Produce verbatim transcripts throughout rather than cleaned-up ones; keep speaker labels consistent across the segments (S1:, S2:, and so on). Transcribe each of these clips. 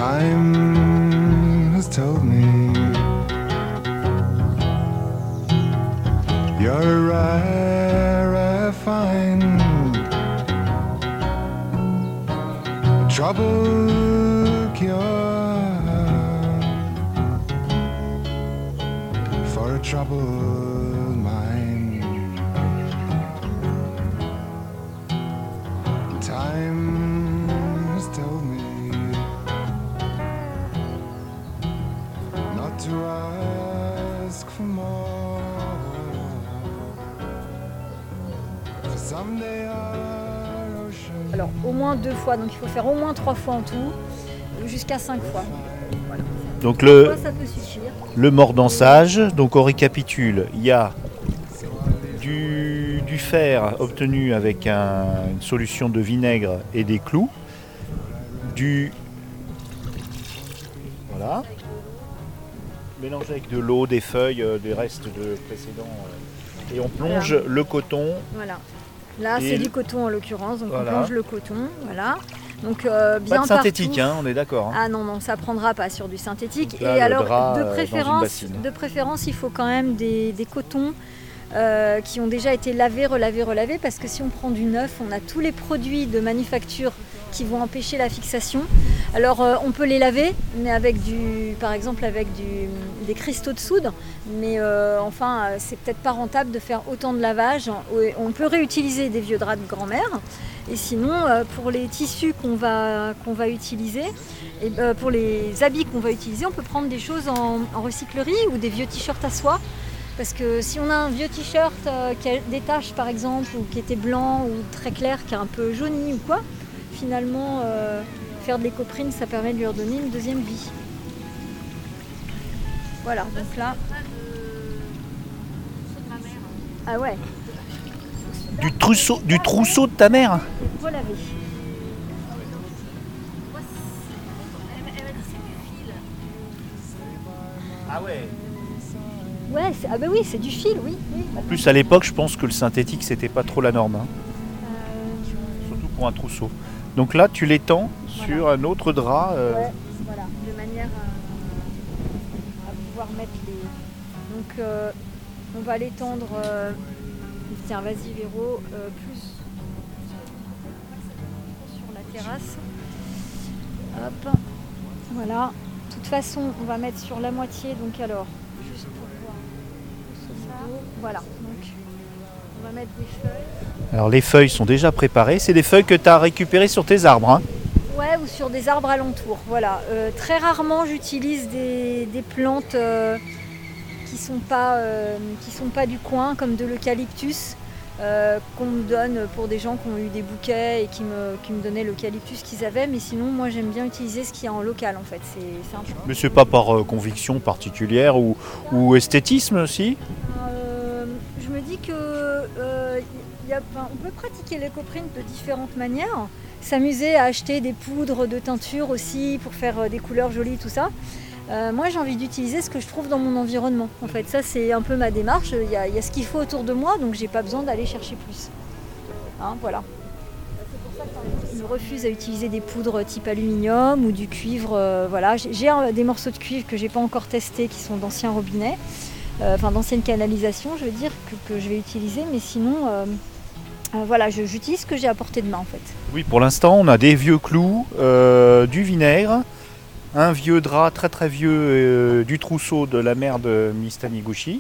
S1: Time has told me you're a rare, rare find, a trouble cure for a troubled mind. Time has told me not to ask for more, for someday our ocean.
S2: Alors au moins deux fois, donc il faut faire au moins trois fois en tout, jusqu'à cinq fois. Voilà.
S3: Donc le,
S2: Ça, ça peut suffire.
S3: le mordançage, donc on récapitule, il y a du, du fer obtenu avec un- une solution de vinaigre et des clous, du voilà, mélangé avec de l'eau, des feuilles, euh, des restes de précédents, euh, et on plonge
S2: Voilà.
S3: le coton.
S2: Voilà. Là,
S3: Et
S2: c'est
S3: le-
S2: du coton en l'occurrence, donc
S3: Voilà.
S2: on plonge le coton, voilà. Donc euh, bien
S3: Pas de synthétique,
S2: partout.
S3: hein, on est d'accord. hein.
S2: Ah non, non, ça prendra pas sur du synthétique.
S3: Donc là,
S2: Et
S3: le
S2: alors,
S3: drap,
S2: de
S3: euh, dans une
S2: préférence,
S3: bassine.
S2: de préférence, il faut quand même des, des cotons euh, qui ont déjà été lavés, relavés, relavés, parce que si on prend du neuf, on a tous les produits de manufacture qui vont empêcher la fixation. Alors, euh, on peut les laver, mais avec du, par exemple, avec du, des cristaux de soude. Mais euh, enfin, euh, c'est peut-être pas rentable de faire autant de lavage. On peut réutiliser des vieux draps de grand-mère. Et sinon, euh, pour les tissus qu'on va, qu'on va utiliser, et, euh, pour les habits qu'on va utiliser, on peut prendre des choses en, en recyclerie ou des vieux t-shirts à soie. Parce que si on a un vieux t-shirt euh, qui a des taches par exemple, ou qui était blanc ou très clair, qui est un peu jauni ou quoi, finalement, euh, faire de l'écoprine, ça permet de lui redonner une deuxième vie. Voilà, donc là... Ah ouais,
S3: Du trousseau, du trousseau de ta mère.
S2: relavé.
S3: Ah ouais.
S2: Ouais, c'est- ah bah oui, c'est du fil, oui. oui.
S3: En plus, à l'époque, je pense que le synthétique, c'était pas trop la norme, hein,
S2: Euh,
S3: surtout pour un trousseau. Donc là, tu l'étends
S2: Voilà.
S3: sur un autre drap. euh,
S2: Ouais, voilà, de manière à, à pouvoir mettre les. Donc, euh, on va l'étendre. euh, Tiens, vas-y, Véro, euh, plus sur la terrasse. Hop, voilà. De toute façon, on va mettre sur la moitié. Donc, alors, juste pour voir. Ça, voilà. Donc, on va mettre des feuilles.
S3: Alors les feuilles sont déjà préparées. C'est des feuilles que tu as récupérées sur tes arbres. hein.
S2: Ouais, ou sur des arbres alentours. Voilà. Euh, très rarement, j'utilise des, des plantes euh, qui sont pas euh, qui sont pas du coin, comme de l'eucalyptus, euh, qu'on me donne pour des gens qui ont eu des bouquets et qui me, qui me donnaient l'eucalyptus qu'ils avaient. Mais sinon, moi, j'aime bien utiliser ce qu'il y a en local, en fait. C'est simple.
S3: Mais c'est pas par euh, conviction particulière ou, ou esthétisme aussi.
S2: Euh, je me dis que euh, y a, enfin, on peut pratiquer l'écoprint de différentes manières. S'amuser à acheter des poudres de teinture aussi pour faire euh, des couleurs jolies, tout ça. Euh, moi, j'ai envie d'utiliser ce que je trouve dans mon environnement. En fait, ça, c'est un peu ma démarche. Il y a, il y a ce qu'il faut autour de moi, donc j'ai pas besoin d'aller chercher plus. Hein, voilà. C'est pour ça que par exemple, je me refuse à utiliser des poudres type aluminium ou du cuivre. euh, voilà, j'ai j'ai, euh, des morceaux de cuivre que j'ai pas encore testés, qui sont d'anciens robinets, euh, enfin d'anciennes canalisations, je veux dire, que, que je vais utiliser. Mais sinon, euh, euh, voilà, je- j'utilise ce que j'ai à portée de main, en fait.
S3: Oui, pour l'instant, on a des vieux clous, euh, du vinaigre, un vieux drap très très vieux euh, du trousseau de la mère de Miss Taniguchi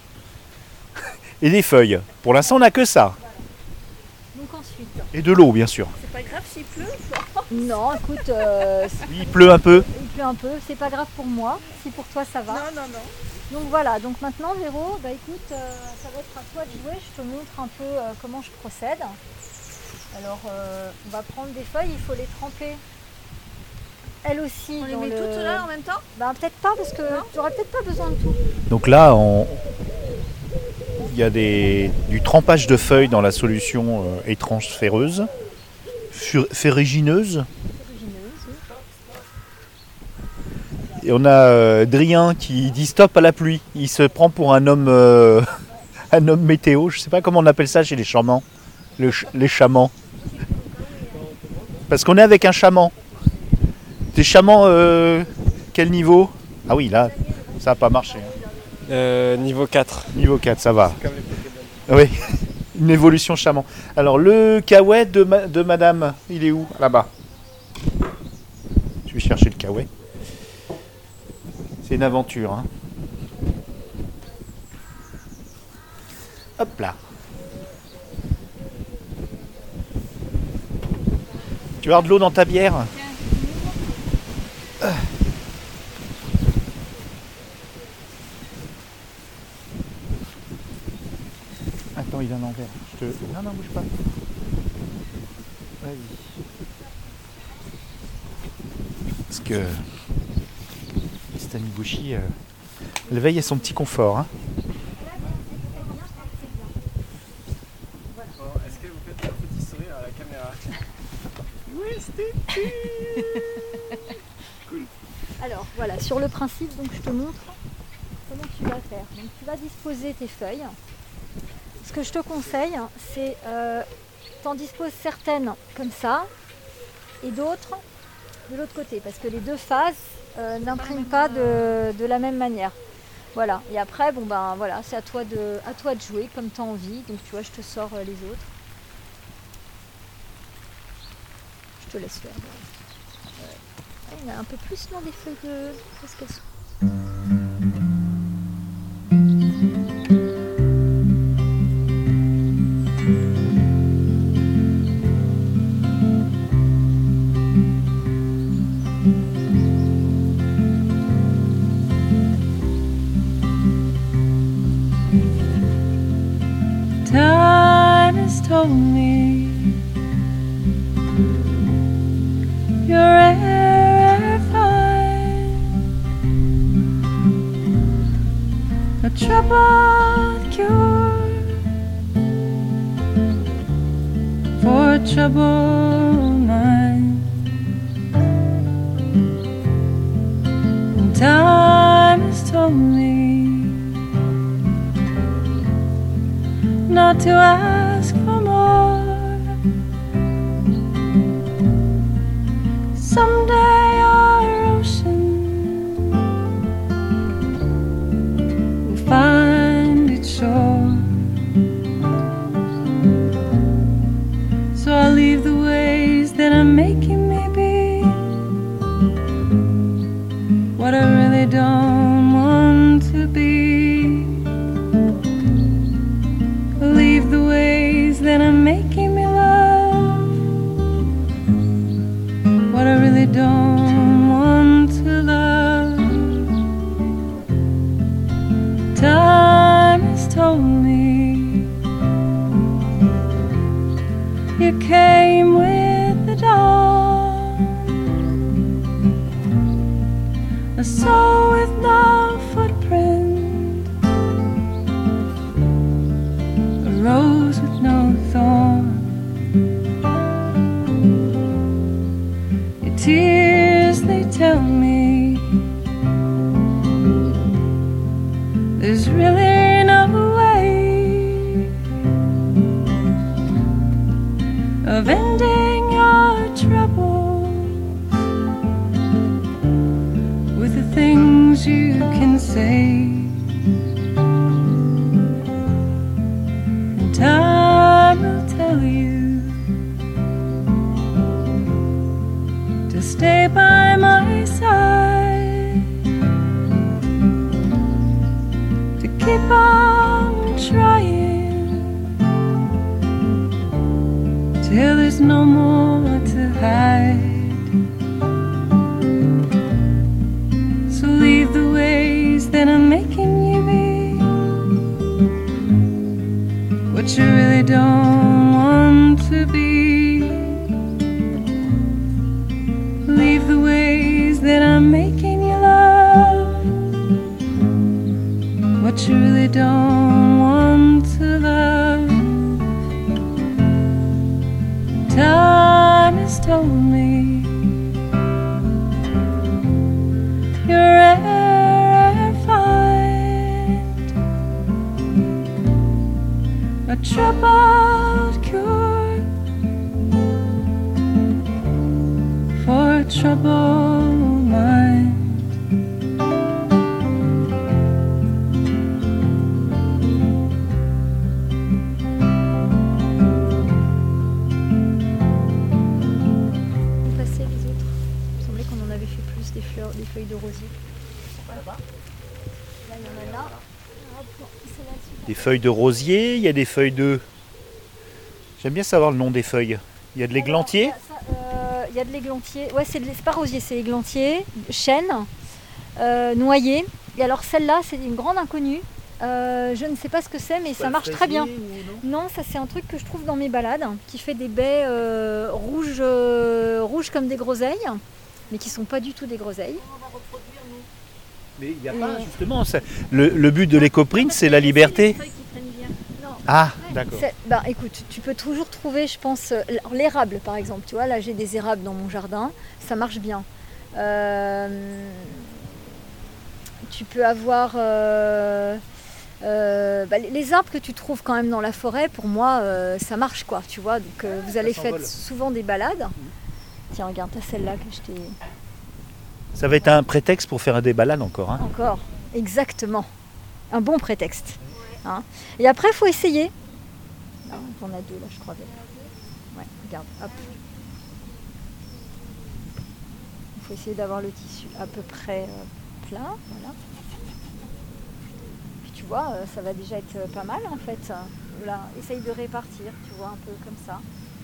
S3: et des feuilles. Pour l'instant, on n'a que ça.
S2: Donc ensuite,
S3: Et de l'eau, bien sûr.
S4: C'est pas grave s'il pleut.
S2: non, écoute, euh,
S3: Oui, il pleut un peu.
S2: il pleut un peu, c'est pas grave pour moi. Si pour toi ça va.
S4: Non, non, non.
S2: Donc voilà, donc maintenant Véro, bah écoute, euh, ça va être à toi de jouer, je te montre un peu euh, comment je procède. Alors euh, on va prendre des feuilles, il faut les tremper. Elles aussi.
S4: On les
S2: dans
S4: met
S2: le-
S4: toutes là en même temps?
S2: Bah peut-être pas parce que tu auras peut-être pas besoin de tout.
S3: Donc là, on- il y a des... du trempage de feuilles dans la solution euh, étrange ferreuse, fur- ferrugineuse. Et on a euh, Drien qui dit stop à la pluie. Il se prend pour un homme, euh, un homme météo. Je sais pas comment on appelle ça chez les chamans. Le ch- les chamans. Parce qu'on est avec un chaman. Des chamans euh, quel niveau? Ah oui, là, ça n'a pas marché. hein.
S5: Euh, niveau quatre.
S3: Niveau quatre, ça va. Oui, une évolution charmant. Alors, le kawaii de, ma- de madame, il est où? Là-bas. Je vais chercher le kawaii. C'est une aventure. Hein. Hop là. Tu veux avoir de l'eau dans ta bière? Ah. Attends, il vient l'envers. Je te... Non, non, bouge pas. Vas-y. Parce que Miss Taniguchi, euh, elle veille à son petit confort. Hein.
S5: Bon, est-ce que vous faites un petit sourire à la caméra?
S3: Oui, c'était
S2: Alors voilà, sur le principe, donc je te montre comment tu vas faire. Donc tu vas disposer tes feuilles. Ce que je te conseille, c'est euh, t'en disposes certaines comme ça et d'autres de l'autre côté, parce que les deux faces euh, n'impriment pas de, de la même manière. Voilà. Et après, bon ben voilà, c'est à toi de, à toi de jouer comme tu as envie. Donc tu vois, je te sors euh, les autres. Je te laisse faire. Ouais. Il y en a un peu plus non des feuilles de. Qu'est-ce qu'elles sont?
S6: Time has told me you're rare, fine, a troubled cure for a troubled mind. And time has told me not to ask for more. Someday our ocean will find its shore. So I'll leave the ways that are making me be what I really don't want to be. Leave the ways that are making me love what I really don't want to love. Time has told me you came with the dawn, a soul with no footprint, rose with no thorn. Your tears, they tell me there's really no way of ending your troubles with the things you can say. Time will tell you to stay by my side, to keep on trying till there's no more to hide. So leave the ways that are making you be what you really don't want to be. Leave the ways that are making you love what you really don't want to love. Time has told me you're rare, find a troubled cure for a troubled mind.
S2: ai fait plus des fleurs, des feuilles de rosier. Là, il y en a là. Hop, celle-là, super.
S3: Des feuilles de rosier, il y a des feuilles de... J'aime bien savoir le nom des feuilles. Il y a de l'églantier.
S2: Alors, il y a ça, euh, il y a de l'églantier. Ouais, c'est, de- c'est pas rosier, c'est églantier, chêne, euh, noyer. Et alors celle-là, c'est une grande inconnue. Euh, je ne sais pas ce que c'est, mais ça marche très bien. Non, ça c'est un truc que je trouve dans mes balades, qui fait des baies euh, rouges, euh, rouges comme des groseilles, mais qui sont pas du tout des groseilles.
S3: Mais il n'y a
S2: Et-
S3: pas justement... ça- Le, le but de l'écoprint, c'est la liberté. Ah, d'accord.
S2: C'est- bah, écoute, tu peux toujours trouver, je pense, euh, l'érable par exemple. Tu vois, là j'ai des érables dans mon jardin, ça marche bien. Euh, tu peux avoir euh, euh, bah, les- les arbres que tu trouves quand même dans la forêt. Pour moi, euh, ça marche quoi. Tu vois, donc euh, vous allez faire
S3: s'envole.
S2: souvent des balades. Tiens, regarde, t'as celle-là que je t'ai
S3: Ça va être un prétexte pour faire des balades encore. Hein.
S2: encore. Exactement, un bon prétexte. Hein. Et après, il faut essayer. Non, t'en as deux là, je crois. Ouais, regarde, hop. Il faut essayer d'avoir le tissu à peu près euh, plat, voilà. Puis tu vois, euh, ça va déjà être euh, pas mal en fait. Voilà, essaye de répartir, tu vois, un peu comme ça.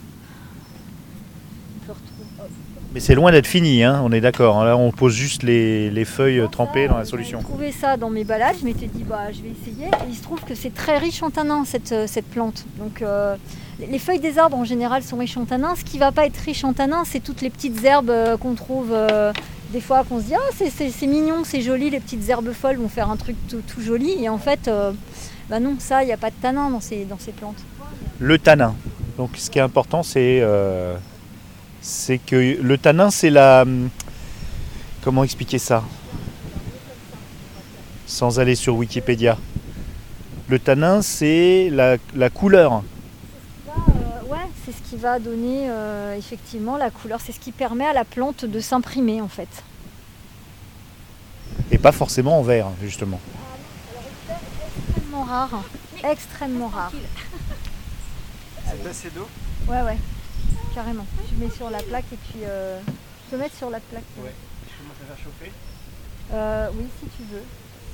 S2: On peut retrouver. hop.
S3: Mais c'est loin d'être fini, hein, on est d'accord. hein. Là, on pose juste les, les feuilles trempées dans la solution.
S2: J'ai trouvé ça dans mes balades, je m'étais dit bah je vais essayer. Et il se trouve que c'est très riche en tanins cette, euh, cette plante. Donc euh, les- les feuilles des arbres en général sont riches en tanins. Ce qui va pas être riche en tanins, c'est toutes les petites herbes euh, qu'on trouve euh, des fois qu'on se dit ah c'est, c'est- c'est mignon, c'est joli, les petites herbes folles vont faire un truc tout, tout joli. Et en fait, euh, bah non, ça, il n'y a pas de tanins dans ces, dans ces plantes.
S3: Le tanin. Donc ce qui est important, c'est euh, c'est que le tanin, c'est la... hum, Comment expliquer ça sans aller sur Wikipédia? Le tanin, c'est la, la couleur.
S2: Là, euh, ouais, c'est ce qui va donner euh, effectivement la couleur. C'est ce qui permet à la plante de s'imprimer en fait.
S3: Et pas forcément en vert, justement.
S2: Extrêmement rare. Extrêmement rare.
S5: C'est assez d'eau.
S2: Ouais, ouais, carrément. Tu mets sur la plaque et puis euh, tu peux mettre sur la plaque.
S5: Ouais. Je commence à faire chauffer.
S2: Euh, oui, si tu veux.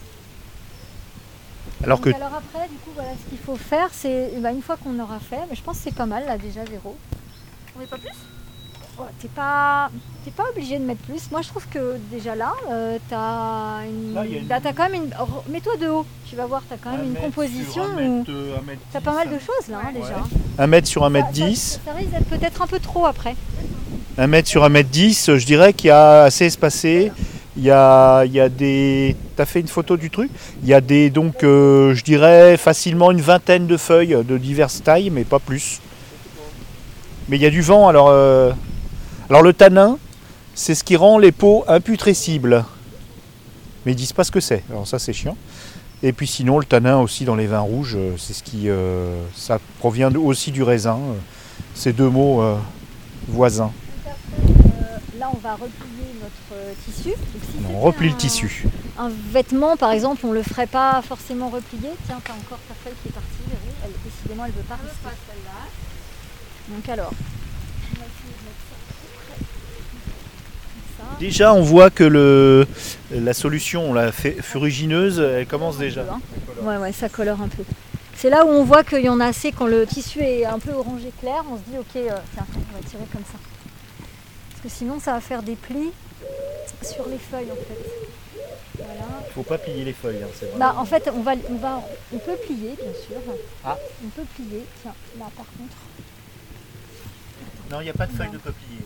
S3: Alors que
S2: Donc, alors après, du coup, voilà, ce qu'il faut faire, c'est bah, une fois qu'on aura fait, mais je pense que c'est pas mal là déjà, Véro.
S4: On met pas plus?
S2: Ouais, t'es pas, t'es pas obligé de mettre plus. Moi, je trouve que déjà là, euh, t'as une,
S3: Là, il y a une-
S2: bah, t'as quand même une. re- Mets-toi de haut. Tu vas voir, t'as quand même une composition où t'as pas mal de choses là hein, déjà.
S3: un mètre sur un mètre
S2: Ça-
S3: dix.
S2: Ça, ça risque d'être peut-être un peu trop après.
S3: Un mètre sur un mètre dix, je dirais qu'il y a assez espacé. Il y a, il y a des... T'as fait une photo du truc? Il y a des, donc, euh, je dirais, facilement une vingtaine de feuilles de diverses tailles, mais pas plus. Mais il y a du vent, alors... euh, Alors le tanin, c'est ce qui rend les peaux imputrescibles. Mais ils disent pas ce que c'est, alors ça c'est chiant. Et puis sinon, le tanin aussi dans les vins rouges, euh, c'est ce qui... euh, ça provient de- aussi du raisin. euh, Ces deux mots euh, voisins.
S2: Euh, là, on va replier notre euh, tissu. Donc, si
S3: On
S2: c'était
S3: replie
S2: un-
S3: le tissu.
S2: Un vêtement, par exemple, on le ferait pas forcément replié. Tiens, t'as encore ta feuille qui est partie, Véro. Elle, décidément, elle veut pas rester. Donc alors, on va essayer de mettre ça à peu près comme ça.
S3: Déjà, on voit que le, la solution, la fé- furugineuse, elle commence déjà.
S2: Un peu, hein. Ouais, ouais, ça colore un peu. C'est là où on voit qu'il y en a assez quand le tissu est un peu orangé clair. On se dit, ok, euh, tiens, on va tirer comme ça. Parce que sinon, ça va faire des plis sur les feuilles, en fait. Voilà.
S3: Il faut pas plier les feuilles, hein, c'est vrai.
S2: Bah, en fait, on, va, on, va, on peut plier, bien sûr.
S3: Ah.
S2: On peut plier. Tiens, là, par contre.
S3: Non, il n'y a pas de feuilles de peuplier.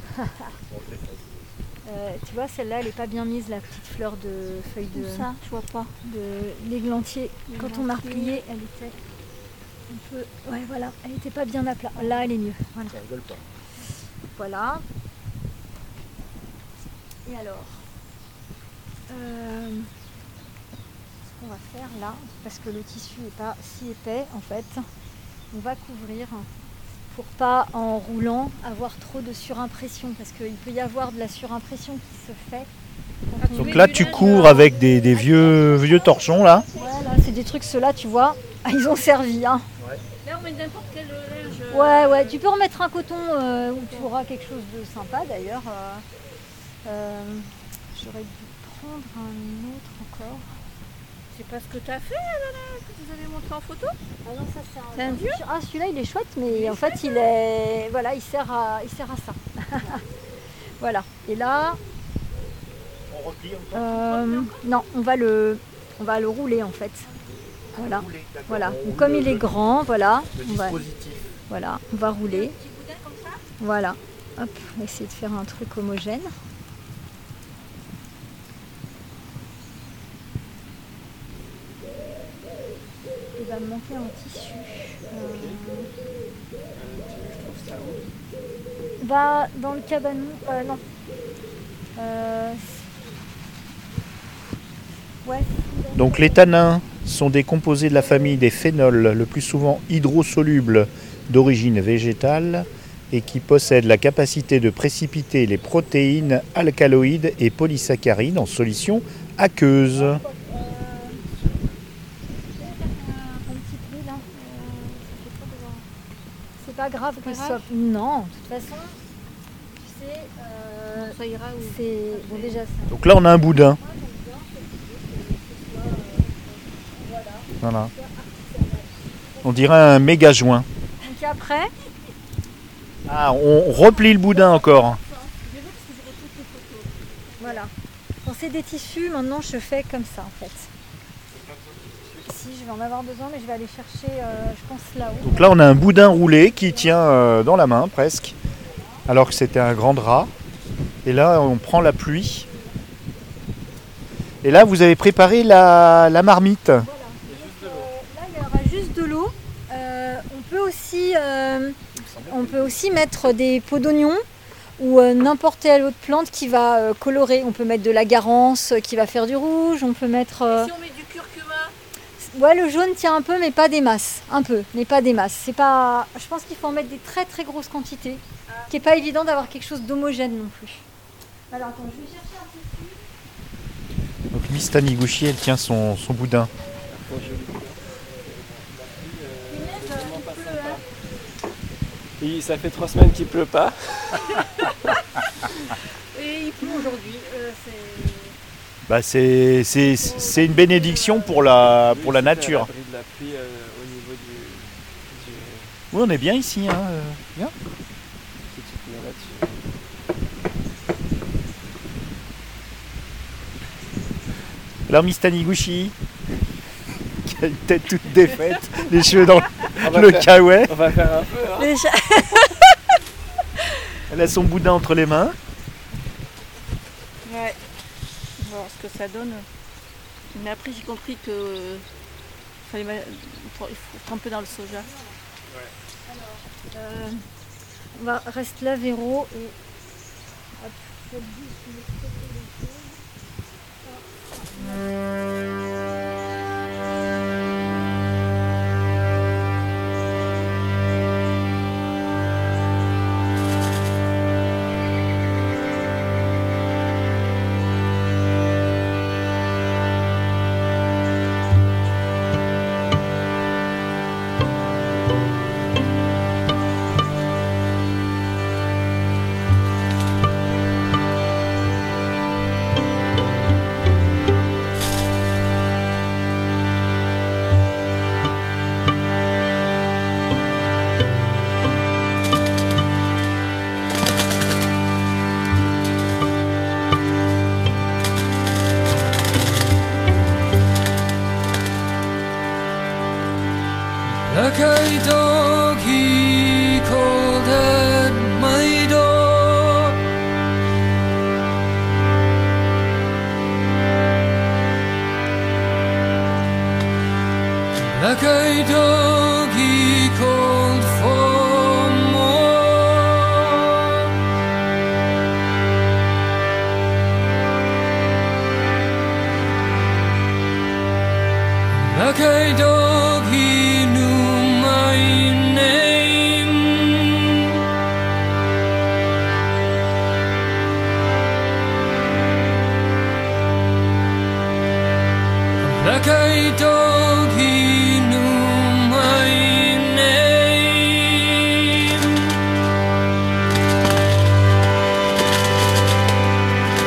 S2: Euh, tu vois, celle-là, elle n'est pas bien mise, la petite fleur de feuille de,
S4: Ça, je vois pas.
S2: de l'églantier. Quand on a replié, elle était un peu. Ouais, voilà, elle n'était pas bien à plat. Là, elle est mieux. Voilà.
S3: Ça rigole pas.
S2: Voilà. Et alors, euh, ce qu'on va faire là, parce que le tissu n'est pas si épais, en fait, on va couvrir pour pas, en roulant, avoir trop de surimpression, parce qu'il peut y avoir de la surimpression qui se fait. quand on-
S3: Donc là, tu couvres avec des, des vieux, vieux torchons, là.
S2: Voilà, c'est des trucs, ceux-là, tu vois, ils ont servi. Hein.
S4: Là, on met n'importe quel linge.
S2: Ouais, ouais, tu peux remettre un coton euh, où tu auras quelque chose de sympa d'ailleurs. euh. Euh, J'aurais dû prendre un autre encore.
S4: C'est pas ce que t'as fait là, là, que vous avez montré en photo?
S2: Ah non, ça c'est un,
S4: C'est un vieux?
S2: Ah, celui-là il est chouette, mais en fait il est, voilà, il sert à, il sert à ça. Voilà. Et là,
S3: On replie encore.
S2: euh, non, on va le, on va le rouler en fait. Voilà.
S3: Rouler, d'accord.
S2: Voilà.
S3: On roule
S2: Comme
S3: le-
S2: il est
S3: le-
S2: grand, voilà,
S3: Le
S2: on va,
S3: dispositif.
S2: voilà, on va rouler.
S4: Petit boudin comme ça?
S2: Voilà. Hop, on va essayer de faire un truc homogène. Il va me manquer un tissu. Euh,
S5: Je trouve ça où?
S2: Bah, dans le cabanon. Euh, non. Euh, ouais.
S3: Donc les tanins sont des composés de la famille des phénols, le plus souvent hydrosolubles d'origine végétale et qui possèdent la capacité de précipiter les protéines alcaloïdes et polysaccharides en solution aqueuse.
S2: Un petit bruit là. Euh, ça fait trop de voir. C'est pas grave que ce soit. Non, de toute façon, tu sais, euh,
S4: Ça ira où?
S2: c'est. Bon, déjà ça.
S3: Donc là on a un boudin. Voilà. On dirait un méga joint.
S2: Donc après,
S3: Ah, on replie le boudin encore.
S2: voilà. Quand c'est des tissus, maintenant je fais comme ça en fait. Si, je vais en avoir besoin, mais je vais aller chercher, euh, je pense là-haut.
S3: Donc là on a un boudin roulé qui tient euh, dans la main presque, alors que c'était un grand drap. Et là on prend la pluie. Et là vous avez préparé la, la marmite.
S2: Euh, là, il y aura juste de l'eau. Euh, on peut aussi, euh, on peut aussi mettre des pots d'oignons ou euh, n'importe quelle autre plante qui va euh, colorer. On peut mettre de la garance euh, qui va faire du rouge. On peut mettre. euh,
S4: Si on met du curcuma?
S2: Ouais, le jaune tient un peu, mais pas des masses. Un peu, mais pas des masses. C'est pas. Je pense qu'il faut en mettre des très très grosses quantités. Qui est pas évident d'avoir quelque chose d'homogène non plus. Alors attends, je vais chercher un tissu.
S3: Donc Miss Taniguchi elle tient son, son boudin.
S5: Et ça fait trois semaines qu'il pleut pas.
S4: Et il pleut aujourd'hui. euh, c'est-
S3: Bah c'est, c'est, c'est une bénédiction pour la, pour la
S5: Oui,
S3: nature.
S5: à l'abri de la pluie euh, au niveau du, du...
S3: Oui on est bien ici. Hein. euh, Bien.
S5: Si tu te mets là-dessus.
S3: Alors Miss Taniguchi, qui a une tête toute défaite, les cheveux dans
S5: On va
S3: le
S5: faire-
S3: kawaii.
S5: On va faire un peu, hein.
S2: Déjà.
S3: Elle a son boudin entre les mains.
S4: Ouais. On va voir ce que ça donne. Mais après j'ai compris que euh, fallait ma- il faut tremper dans le soja.
S2: Euh, on va reste là, Véro. Et... hop, cette bouche, je vais traiter les choses.
S6: Like a dog he called at my door. Like a dog he called for more. Like a dog he knew my name. Like a dog he knew my name.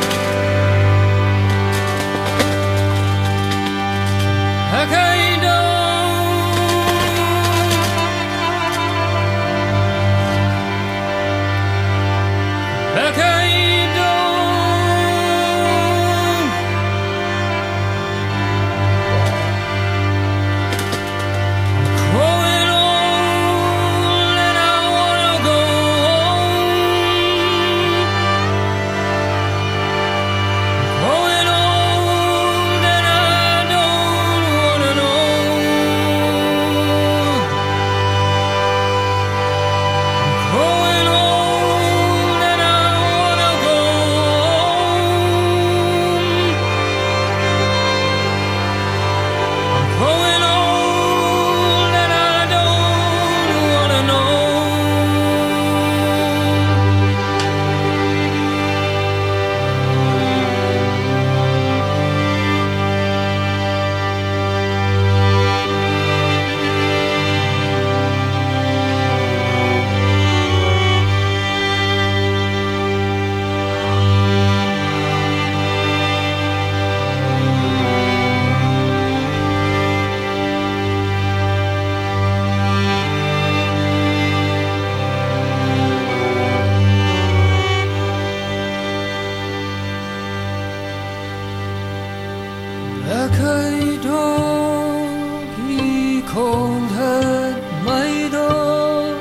S6: Like a dog, he called at my door.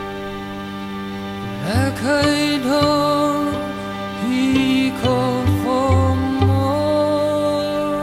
S6: Like a dog, he called for more.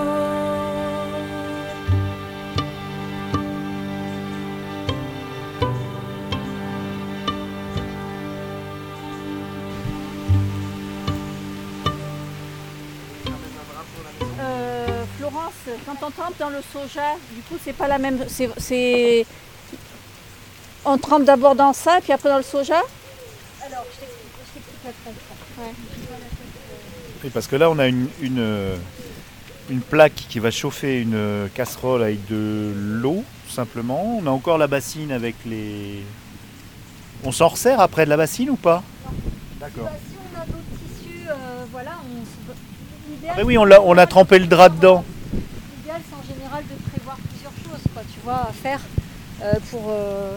S4: Euh, Florence, quand on trempe dans le soja, du coup c'est pas la même. C'est, c'est... On trempe d'abord dans ça, puis après dans le soja.
S2: Alors, je t'explique, je t'explique après.
S4: Ouais.
S3: Oui, parce que là, on a une, une, euh, une plaque qui va chauffer une casserole avec de l'eau, tout simplement. On a encore la bassine avec les... On s'en resserre après de la bassine ou pas? D'accord.
S2: Bah, si on a d'autres tissus, euh, voilà, on se... l'idéal,
S3: Ah oui, on, l'a, on a trempé le drap dedans.
S2: l'idéal, c'est en général de prévoir plusieurs choses, quoi, tu vois, à faire euh, pour euh,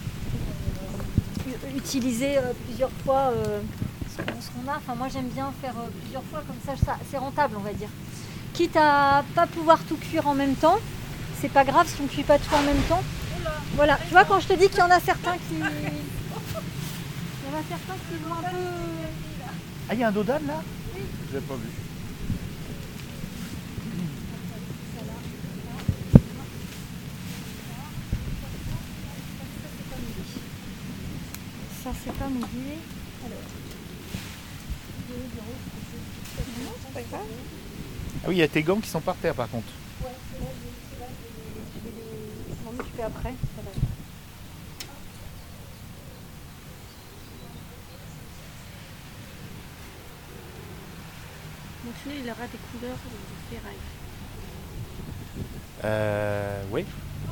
S2: u- utiliser euh, plusieurs fois euh, ce qu'on, ce qu'on a. Enfin, moi, j'aime bien faire euh, plusieurs fois, comme ça, ça, c'est rentable, on va dire. Quitte à pas pouvoir tout cuire en même temps, c'est pas grave si on ne cuit pas tout en même temps. Voilà, tu vois, quand je te dis qu'il y en a certains qui... Il y en a certains qui vont un peu...
S3: Ah, il y a un dodan là? Oui. Je l'ai pas vu.
S2: Ça, c'est pas mouillé.
S3: Ah oui, il y a tes gants qui sont par terre par contre.
S2: Ouais, c'est là, je vais, c'est là, je vais les, je vais les- je m'en occuper après. Ça va.
S4: Donc celui-là, il aura des couleurs de ferraille.
S3: Euh, oui.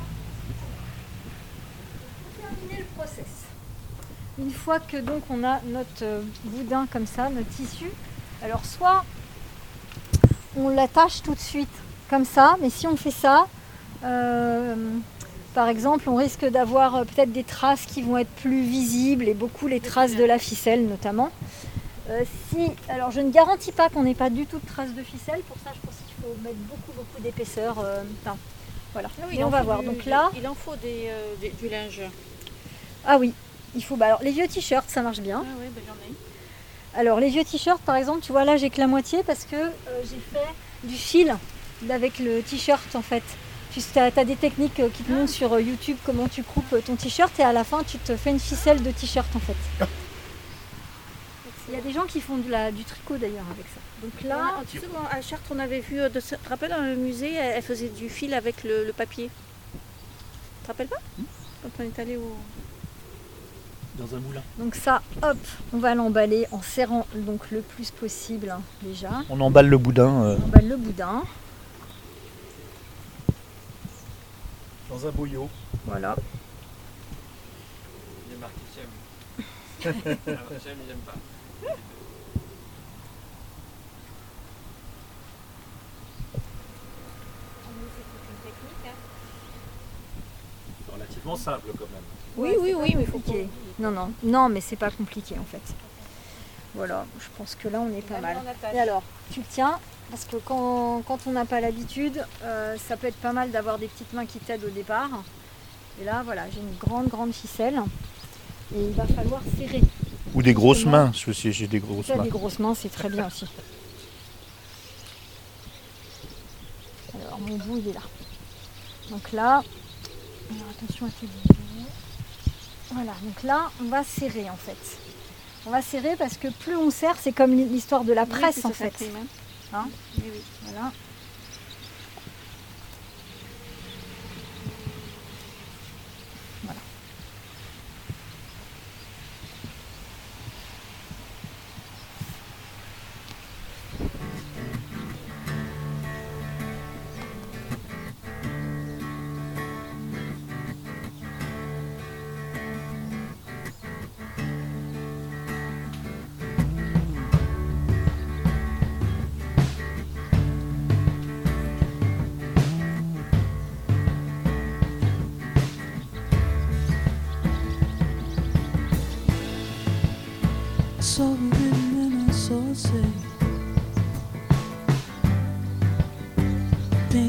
S2: Pour terminer le process. Une fois que donc on a notre euh, boudin comme ça, notre tissu, alors soit on l'attache tout de suite comme ça, mais si on fait ça, euh, par exemple, on risque d'avoir euh, peut-être des traces qui vont être plus visibles et beaucoup les traces de la ficelle notamment. Euh, si, alors je ne garantis pas qu'on n'ait pas du tout de traces de ficelle, pour ça je pense qu'il faut mettre beaucoup beaucoup d'épaisseur. euh, enfin, voilà.
S4: Ah oui,
S2: Mais
S4: il
S2: on
S4: en
S2: va
S4: faut
S2: voir.
S4: du-
S2: Donc là,
S4: il en faut des, euh, des- du linge.
S2: ah oui, il faut. Bah, alors les vieux t-shirts, ça marche bien.
S4: Ah oui, ben j'en ai.
S2: Alors les vieux t-shirts par exemple, tu vois là j'ai que la moitié parce que euh, j'ai fait du fil avec le t-shirt en fait. Tu as, des techniques euh, qui te montrent sur euh, YouTube comment tu coupes euh, ton t-shirt et à la fin tu te fais une ficelle de t-shirt en fait. Il y a des gens qui font de la, du tricot d'ailleurs avec ça. Donc là,
S4: Là, tu sais, bon, à Chartres, on avait vu, euh, de, tu te rappelles, dans le musée, elle, elle faisait du fil avec le, le papier. Tu te rappelles pas? Quand on est allé au...
S3: Dans un moulin.
S2: donc ça, hop, on va l'emballer en serrant donc le plus possible hein, déjà.
S3: On emballe le boudin euh,
S2: On emballe le boudin,
S3: dans un bouillot.
S2: voilà.
S5: Il est marqué j'aime. Alors, j'aime, il n'aime pas.
S3: Relativement simple quand même.
S4: Oui,
S2: Ouais,
S4: oui,
S2: c'est pas
S4: oui, mais il faut
S2: compliqué. Non, non, non, mais c'est pas compliqué en fait. Voilà, je pense que là on est pas mal. Et alors, tu le tiens, parce que quand, quand on n'a pas l'habitude, euh, ça peut être pas mal d'avoir des petites mains qui t'aident au départ. Et là, voilà, j'ai une grande, grande ficelle. Et il va falloir serrer.
S3: Ou des grosses
S2: Justement.
S3: mains, je sais, j'ai des grosses
S2: Ça,
S3: mains.
S2: des grosses mains, c'est très bien aussi. Alors, mon bout, il est là. Donc là, alors attention à tes boutons. Voilà, donc là, on va serrer en fait. On va serrer parce que plus on serre, c'est comme l'histoire de la
S4: Oui,
S2: presse
S4: puis
S2: en
S4: ça
S2: fait.
S4: s'imprime, hein.
S2: Hein
S4: Oui, oui.
S2: Voilà. Voilà.
S6: saw it written and I saw it say,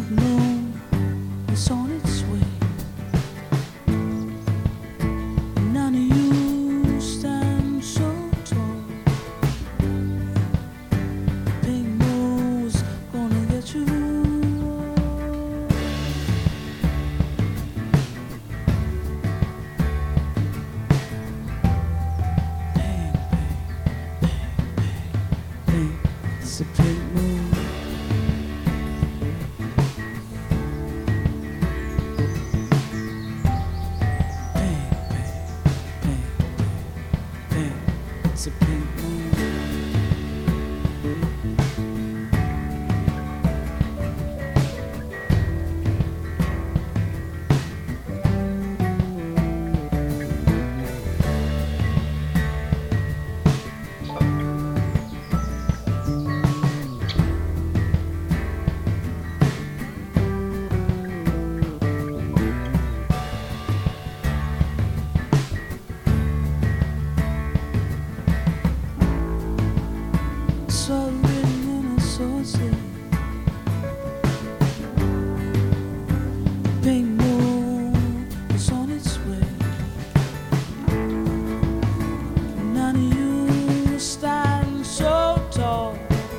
S6: pink moon. Pink, pink, pink, pink. It's a pink moon. Saw it written in a saucer. The pink moon was on its way. None of you stand so tall.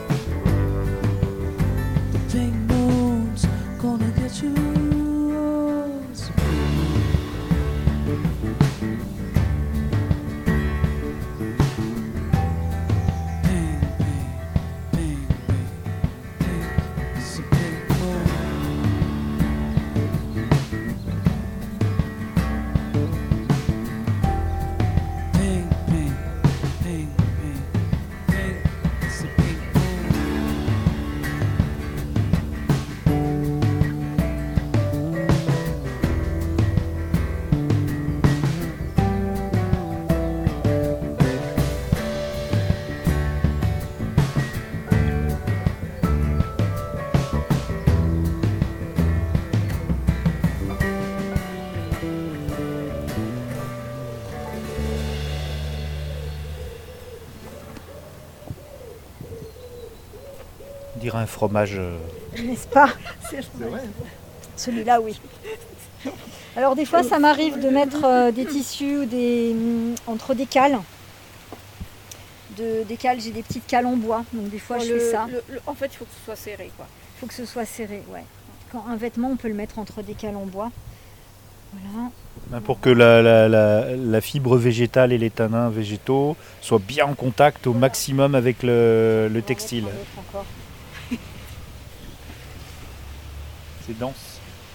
S6: The pink moon's gonna get you. It's a pink moon. Pink, pink, pink, pink, pink. It's a pink moon. Pink, pink, pink, pink, pink. It's a pink moon.
S3: On dirait un fromage. euh,
S2: N'est-ce pas? Celui-là, oui. Alors des fois, ça m'arrive de mettre euh, des tissus ou des, hum, entre des cales. De, des cales, j'ai des petites cales en bois, donc des fois je
S4: Le-
S2: fais ça.
S4: le- le- en fait, il faut que ce soit serré, quoi.
S2: Il faut que ce soit serré, ouais. Quand un vêtement, on peut le mettre entre des cales en bois. Voilà.
S3: ben, pour que la, la- la- la fibre végétale et les tanins végétaux soient bien en contact au maximum avec le, le textile.
S2: On va en mettre un autre encore.
S3: C'est dense.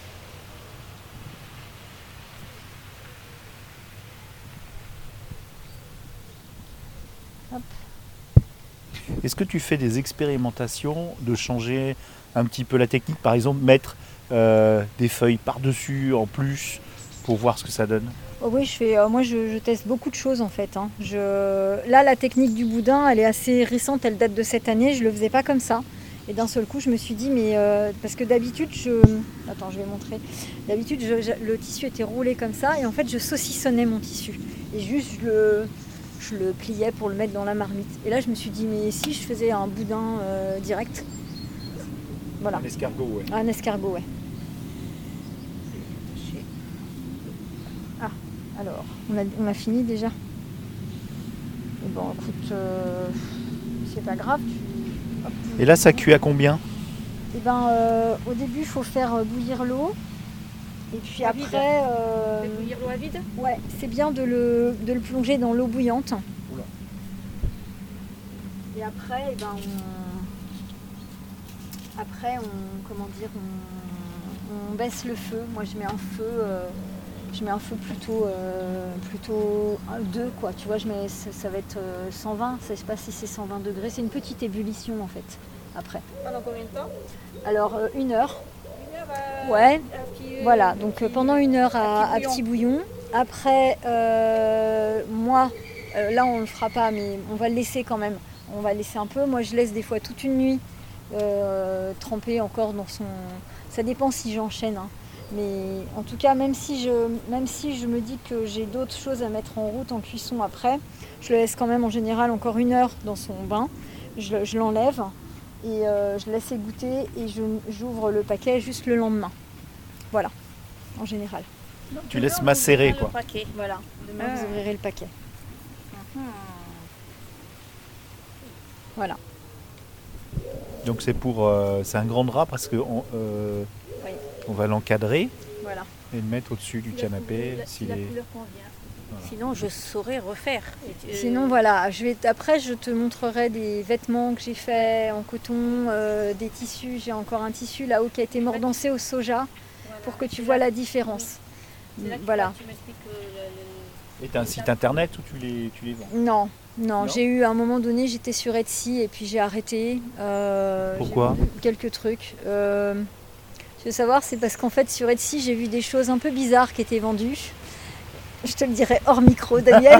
S2: Hop.
S3: Est-ce que tu fais des expérimentations de changer un petit peu la technique, par exemple mettre euh, des feuilles par-dessus en plus pour voir ce que ça donne?
S2: Oh oui, je fais, euh, moi je, je teste beaucoup de choses en fait, hein. Je, là, la technique du boudin, elle est assez récente, elle date de cette année, je ne le faisais pas comme ça. Et d'un seul coup, je me suis dit, mais euh, parce que d'habitude, je. Attends, je vais montrer. D'habitude, je- je- le tissu était roulé comme ça, et en fait, je saucissonnais mon tissu. Et juste, je le, je le pliais pour le mettre dans la marmite. Et là, je me suis dit, mais si je faisais un boudin euh, direct? Voilà,
S3: Un escargot, ouais.
S2: un escargot, ouais. Ah, alors, on a, on a fini déjà? Et bon, écoute, euh, c'est pas grave. Tu... hop.
S3: Et là, ça cuit à combien?
S2: Eh ben, euh, au début, il faut faire euh, bouillir l'eau. Et puis
S4: À vide.
S2: après, euh,
S4: Fait bouillir l'eau à vide.
S2: ouais, c'est bien de le, de le plonger dans l'eau bouillante.
S3: Oula.
S2: Et après, eh ben, on... après, on, comment dire, on, on baisse le feu. Moi, je mets un feu, euh, je mets un feu plutôt, euh, plutôt deux, quoi. Tu vois, je mets, ça, ça va être euh, cent vingt. Je sais pas si c'est cent vingt degrés. C'est une petite ébullition en fait. Après.
S4: Pendant combien de temps?
S2: Alors euh, une heure.
S4: Une heure à-
S2: Ouais.
S4: à petit, euh,
S2: Voilà, donc euh,
S4: petit-
S2: pendant une heure à,
S4: à
S2: à
S4: petit
S2: petit bouillon. Après, euh, moi, euh, là on le fera pas, mais on va le laisser quand même. On va le laisser un peu. Moi, je laisse des fois toute une nuit euh, tremper encore dans son. Ça dépend si j'enchaîne, hein. Mais en tout cas, même si je, même si je me dis que j'ai d'autres choses à mettre en route en cuisson après, je le laisse quand même en général encore une heure dans son bain. Je, je l'enlève et euh, je laisse égoutter et je- j'ouvre le paquet juste le lendemain. Voilà, en général.
S4: Donc,
S3: Tu
S4: demain,
S3: laisses
S4: on
S3: macérer,
S4: ouvrira
S3: quoi.
S4: le paquet.
S2: Voilà, demain
S4: Ah.
S2: vous ouvrirez le paquet.
S4: Mhm.
S2: Voilà.
S3: Donc c'est pour, euh, c'est un grand drap parce que on, euh,
S2: Oui.
S3: on va l'encadrer
S2: Voilà.
S3: et le mettre au-dessus du
S4: Si la
S3: canapé.
S4: couleur- si
S3: s'il
S4: la
S3: est-
S4: couleur convient. Sinon, je saurais refaire. Et tu-
S2: Sinon voilà, je vais, après je te montrerai des vêtements que j'ai faits en coton, euh, des tissus. J'ai encore un tissu là-haut qui a été mordancé au soja
S4: Voilà.
S2: pour que tu
S4: C'est
S2: vois
S4: là-
S2: la différence.
S4: c'est là que tu-
S2: Voilà.
S4: Tu m'expliques que le- le-
S3: Et tu as un site internet où tu les, tu les vends?
S2: Non, non,
S3: Non
S2: j'ai eu à un moment donné, j'étais sur Etsy et puis j'ai arrêté. Euh,
S3: Pourquoi
S2: j'ai vu quelques trucs. Euh, je veux savoir, c'est parce qu'en fait sur Etsy j'ai vu des choses un peu bizarres qui étaient vendues. Je te le dirai hors micro, Daniel.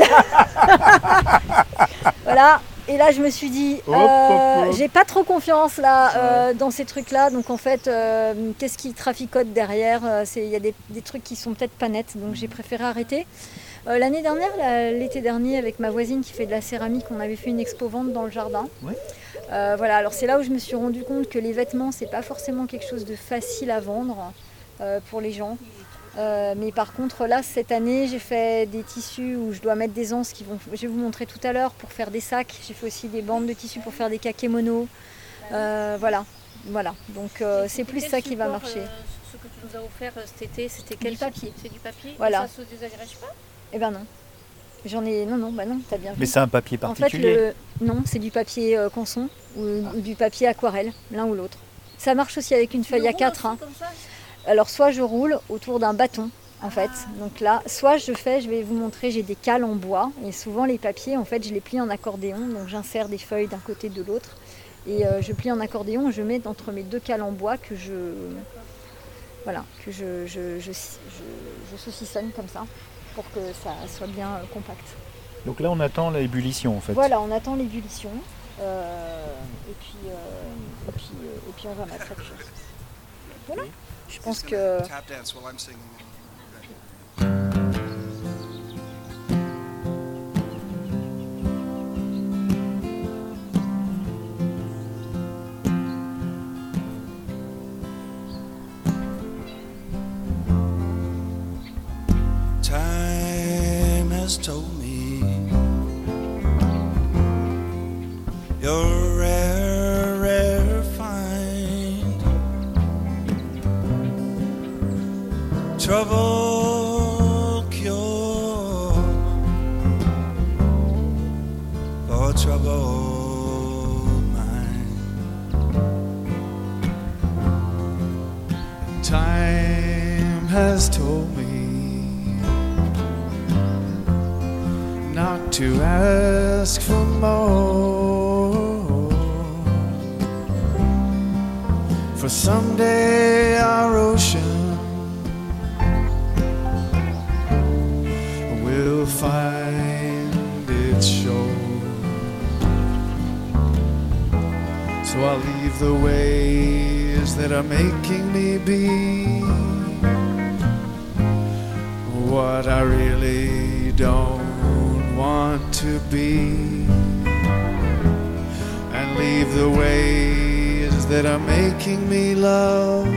S2: Voilà. Et là, je me suis dit,
S3: Hop,
S2: euh,
S3: hop, hop.
S2: j'ai pas trop confiance là
S3: Ouais.
S2: euh, dans ces trucs-là. Donc en fait, euh, qu'est-ce qui traficote derrière? Euh, c'est- Il y a des, des trucs qui sont peut-être pas nets, donc j'ai préféré arrêter. Euh, L'année dernière, la- l'été dernier, avec ma voisine qui fait de la céramique, on avait fait une expo vente dans le jardin.
S3: Ouais.
S2: Euh, voilà. Alors c'est là où je me suis rendu compte que les vêtements, c'est pas forcément quelque chose de facile à vendre euh, pour les gens. Euh, mais par contre là cette année j'ai fait des tissus où je dois mettre des anses qui vont, je vais vous montrer tout à l'heure, pour faire des sacs. J'ai fait aussi des bandes de tissus pour faire des kakémonos. Euh, voilà, voilà. Donc euh, c'est plus
S4: quel
S2: ça qui va
S4: support,
S2: marcher.
S4: euh, ce que tu nous as offert euh, cet été, c'était quel
S2: Du papier.
S4: C'est du papier.
S2: Voilà.
S4: Et ça se désagrège pas?
S2: Eh ben non, j'en ai, non non, bah non, t'as bien vu.
S3: Mais c'est un papier
S2: En fait
S3: particulier.
S2: le, non, c'est du papier euh, canson ou, ou du papier aquarelle, l'un ou l'autre. Ça marche aussi avec une
S4: Tu
S2: feuille
S4: le
S2: A
S4: roules
S2: quatre.
S4: aussi
S2: Hein.
S4: comme ça?
S2: Alors soit je roule autour d'un bâton en fait, donc là, soit je fais, je vais vous montrer, j'ai des cales en bois et souvent les papiers en fait je les plie en accordéon, donc j'insère des feuilles d'un côté de l'autre et euh, je plie en accordéon, je mets entre mes deux cales en bois que je, voilà, que je, je, je, je- je saucissonne comme ça pour que ça soit bien euh, compact.
S3: Donc là, on attend l'ébullition en fait.
S2: Voilà, on attend l'ébullition euh, et puis euh, et puis euh, et puis on va mettre autre chose. Voilà. Je pense que
S7: Tap dance while I'm singing. Time has told me you're a rare, rare find. Trouble cure for troubled mind.
S1: Time has told me not to ask for more, for someday our ocean will find its shore. So I'll leave the ways that are making me be what I really don't want to be, and leave the ways that are making me love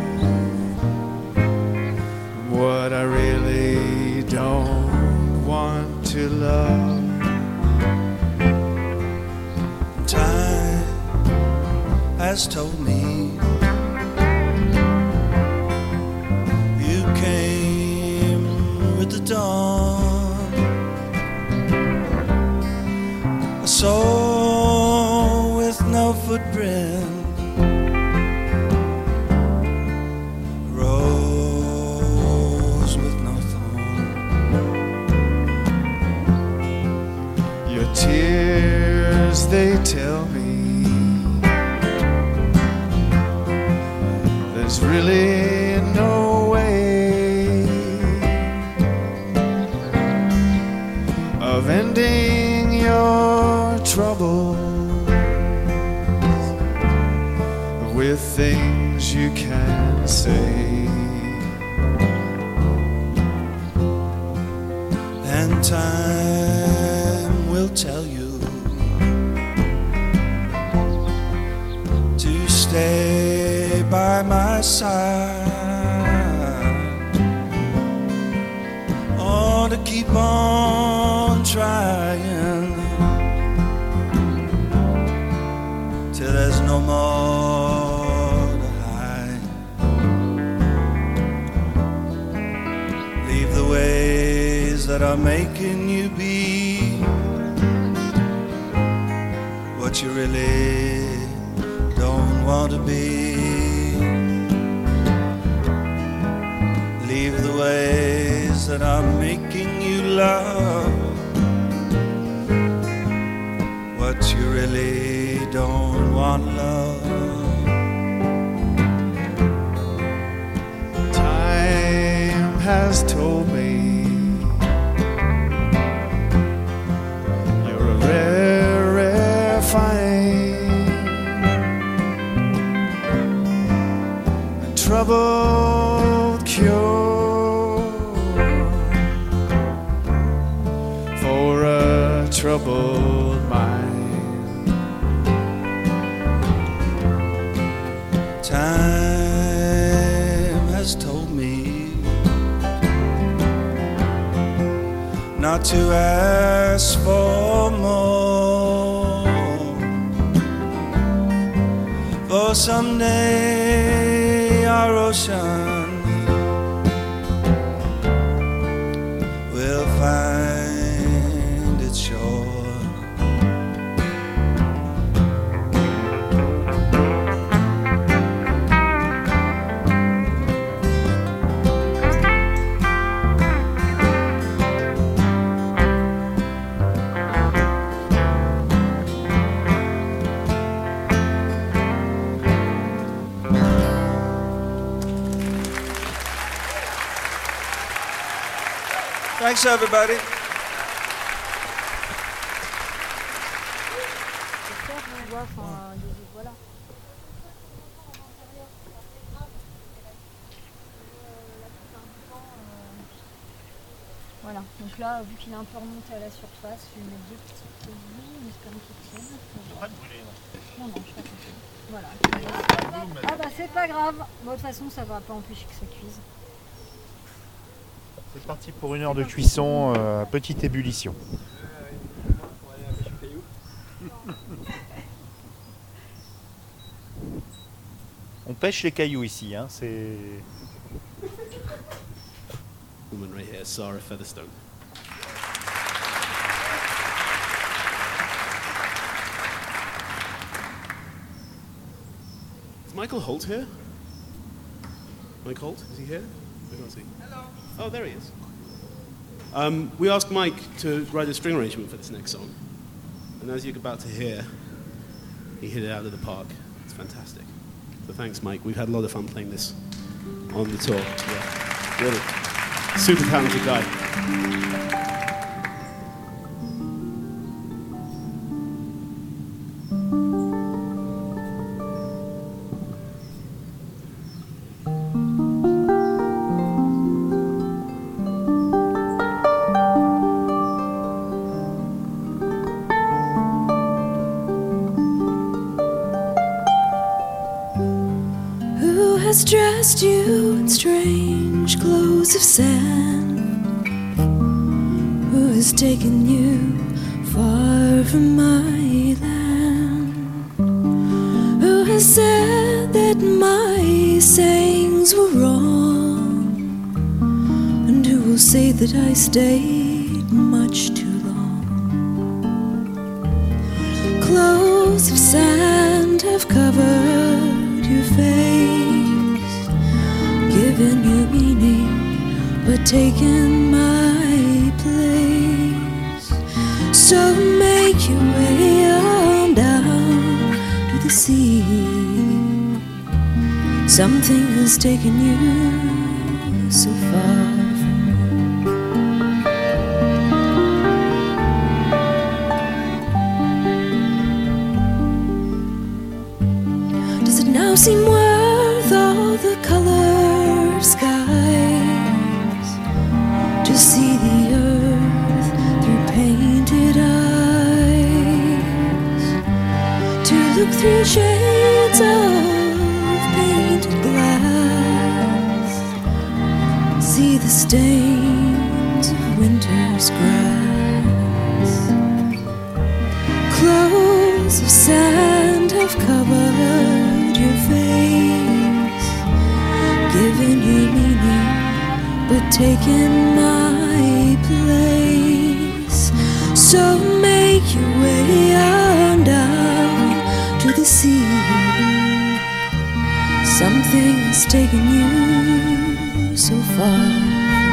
S1: what I really don't want to love.
S7: Time has told me you came with the dawn, a soul with no footprint, rose with no thorn.
S1: Your tears, they tell me there's really no way of ending your troubles with things you can say.
S7: And time will tell you to stay by my side, or to keep on trying till there's no more to hide. Leave the ways that that are making you be what you really don't want to be. Leave the ways that are making you love what you really don't want to love.
S1: Time has told me you're a rare, rare find, a troubled cure for a troubled mind.
S7: Time has told me not to ask for more, for someday our ocean will find its shore. Thanks, everybody.
S2: Voilà, donc là, vu qu'il est un peu remonté à la surface, je vais mettre deux petites billes, mais comme qu'ils tiennent.
S3: Pas de brûler, non.
S2: Non, non, je sais pas. Voilà. Ah bah c'est pas grave. Bon, de toute façon, ça va pas empêcher que ça cuise.
S3: C'est parti pour une heure de cuisson, euh, petite ébullition. On pêche les cailloux ici, hein, c'est...
S8: Woman right here, Sarah Featherstone. Is Michael Holt here? Mike Holt, is he here? Where is he? Hello. Oh, there he is. Um, we asked Mike to write a string arrangement for this next song, and as you're about to hear, he hit it out of the park. It's fantastic. So thanks, Mike. We've had a lot of fun playing this on the tour. Yeah, really. Super talented guy.
S6: Who has dressed you in strange clothes of sand? Who has taken you far from my land? Who has said that my sayings were wrong? And who will say that I stayed much too long? Clothes of sand have covered your face, given you meaning, but taken my place. So make your way on down to the sea. Something has taken you so far. Does it now seem worth all the color skies to see the earth through painted eyes, to look through shades of painted glass, see the stains of winter's grass? Clothes of sand have covered your face, given you meaning, but taken my place. So make your way on down to the sea. Something has taken you so far.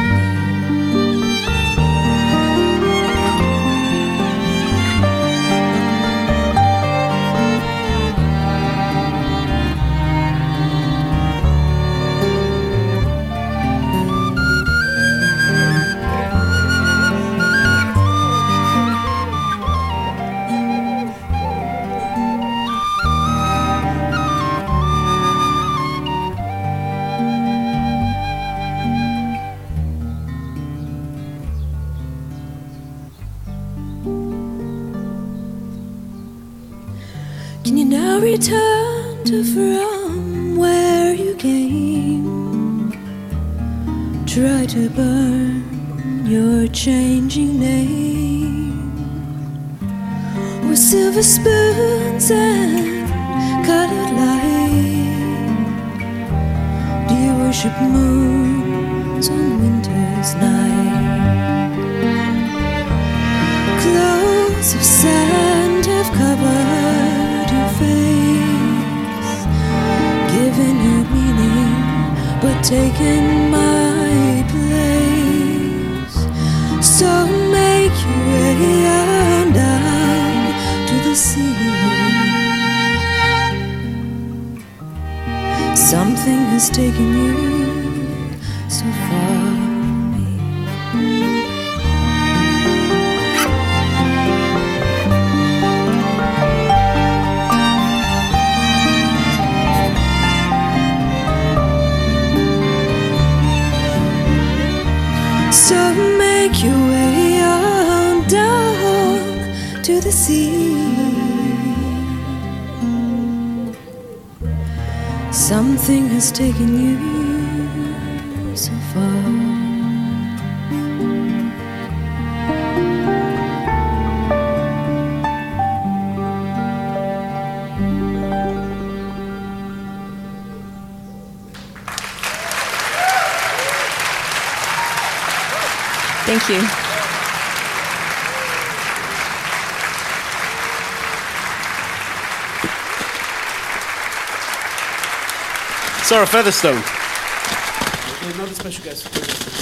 S6: Can you now return to from where you came? Try to burn your changing name with silver spoons and colored light. Do you worship moons on winter's night? Clouds of sand have covered your face, given you meaning, but taken my place. So make your way on down to the sea. Something has taken you so far. So make your way on down to the sea. Something has taken you so far.
S9: Thank you.
S8: Sarah Featherstone. Another special guest.